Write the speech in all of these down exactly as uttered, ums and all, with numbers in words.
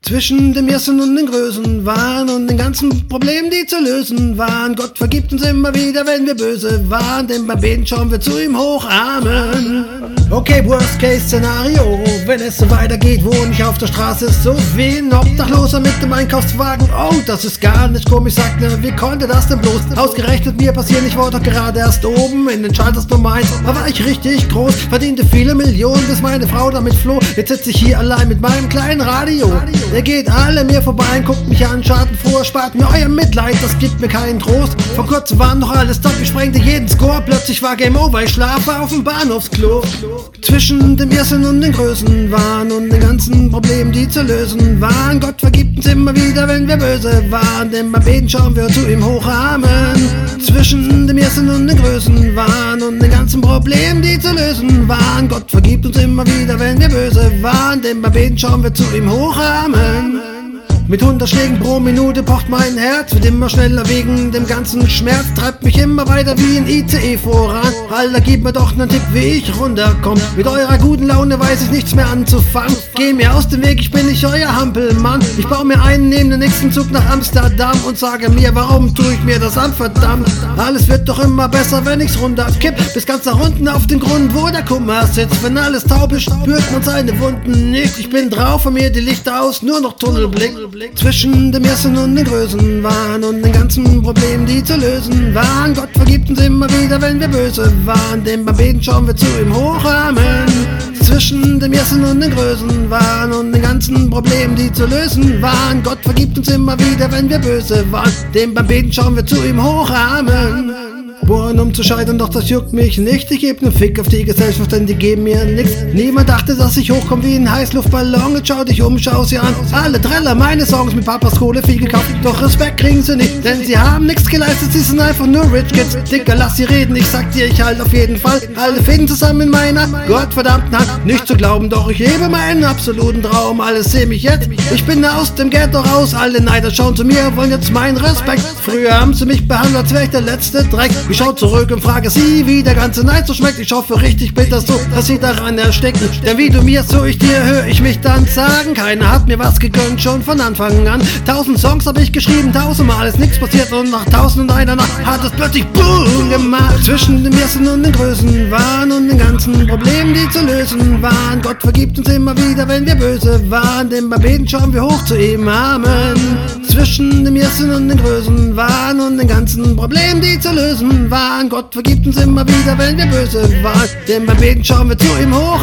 Zwischen dem Ersten und den Größen waren und den ganzen Problemen, die zu lösen waren. Gott vergibt uns immer wieder, wenn wir böse waren, denn beim Beten schauen wir zu ihm hoch. Amen. Okay, Worst-Case-Szenario, wenn es so weitergeht, wohne ich auf der Straße so wie ein Obdachloser mit dem Einkaufswagen. Oh, das ist gar nicht komisch, sagt ne, wie konnte das denn bloß ausgerechnet mir passieren? Ich war doch gerade erst oben in den Schalters Nummer eins, da war ich richtig groß, verdiente viele Millionen, bis meine Frau damit floh. Jetzt sitze ich hier allein mit meinem kleinen Radio. Der geht alle mir vorbei und guckt mich an, schadenfroh, spart mir euer Mitleid, das gibt mir keinen Trost. Vor kurzem war noch alles top, ich sprengte jeden Score, plötzlich war Game Over, ich schlafe auf dem Bahnhofsklo. Zwischen dem Ersten und den Größen waren und den ganzen Problemen, die zu lösen waren. Gott vergibt uns immer wieder, wenn wir böse waren, denn beim Beten schauen wir zu ihm hoch. Amen. Zwischen dem Ersten und den Größen waren und den ganzen Problemen, die zu lösen waren. Gott vergibt uns immer wieder, wenn wir böse waren, denn beim Beten schauen wir zu ihm hoch. Amen. Mit hundert Schlägen pro Minute pocht mein Herz, wird immer schneller wegen dem ganzen Schmerz, treibt mich immer weiter wie ein I C E voran. Alter, gib mir doch nen Tipp, wie ich runterkomm. Mit eurer guten Laune weiß ich nichts mehr anzufangen. Geh mir aus dem Weg, ich bin nicht euer Hampelmann. Ich baue mir einen neben den nächsten Zug nach Amsterdam und sage mir, warum tue ich mir das an, verdammt. Alles wird doch immer besser, wenn ich's runterkipp, bis ganz nach unten auf den Grund, wo der Kummer sitzt. Wenn alles taub ist, spürt man seine Wunden nicht. Ich bin drauf, von mir die Lichter aus, nur noch Tunnelblick. Zwischen dem Ersten und den Größen waren und den ganzen Problemen, die zu lösen waren. Gott vergibt uns immer wieder, wenn wir böse waren, denn beim Beten schauen wir zu ihm hoch. Amen. Zwischen dem Ersten und den Größen waren und den ganzen Problemen, die zu lösen waren. Gott vergibt uns immer wieder, wenn wir böse waren, denn beim Beten schauen wir zu ihm hoch. Amen. Bohren, um zu scheitern, doch das juckt mich nicht. Ich geb nen Fick auf die Gesellschaft, denn die geben mir nix. Niemand dachte, dass ich hochkomm wie ein Heißluftballon. Jetzt schau dich um, schau sie an. Alle Treller, meine Songs mit Papas Kohle viel gekauft. Doch Respekt kriegen sie nicht, denn sie haben nichts geleistet. Sie sind einfach nur Rich Kids. Dicker, lass sie reden, ich sag dir, ich halt auf jeden Fall. Alle finden zusammen in meiner gottverdammten Hand. Nicht zu glauben, doch ich lebe meinen absoluten Traum. Alle sehen mich jetzt, ich bin aus dem Ghetto raus. Alle Neider schauen zu mir, wollen jetzt meinen Respekt. Früher haben sie mich behandelt, als wär ich der letzte Dreck. Ich schau zurück und frage sie, wie der ganze Neid so schmeckt. Ich hoffe richtig bitter so, dass sie daran ersticken. Denn wie du mir, so ich dir, höre ich mich dann sagen. Keiner hat mir was gegönnt, schon von Anfang an. Tausend Songs habe ich geschrieben, tausendmal ist nichts passiert. Und nach tausend und einer Nacht hat es plötzlich BOOM gemacht. Zwischen dem Ersten und den Größen waren und den ganzen Problemen, die zu lösen waren. Gott vergibt uns immer wieder, wenn wir böse waren, denn beim Beten schauen wir hoch zu ihm. Amen. Zwischen dem Ersten und den Größen waren und den ganzen Problemen, die zu lösen waren. Gott vergibt uns immer wieder, wenn wir böse waren, denn beim Beten schauen wir zu ihm hoch.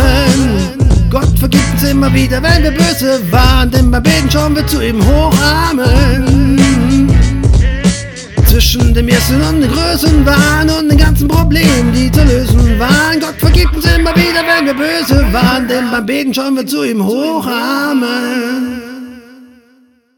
Amen. Gott vergibt uns immer wieder, wenn wir böse waren, denn beim Beten schauen wir zu ihm hoch. Amen. Zwischen dem Ersten und den Größen waren und den ganzen Problemen, die zu lösen waren. Gott vergibt uns immer wieder, wenn wir böse waren, denn beim Beten schauen wir zu ihm hoch. Amen.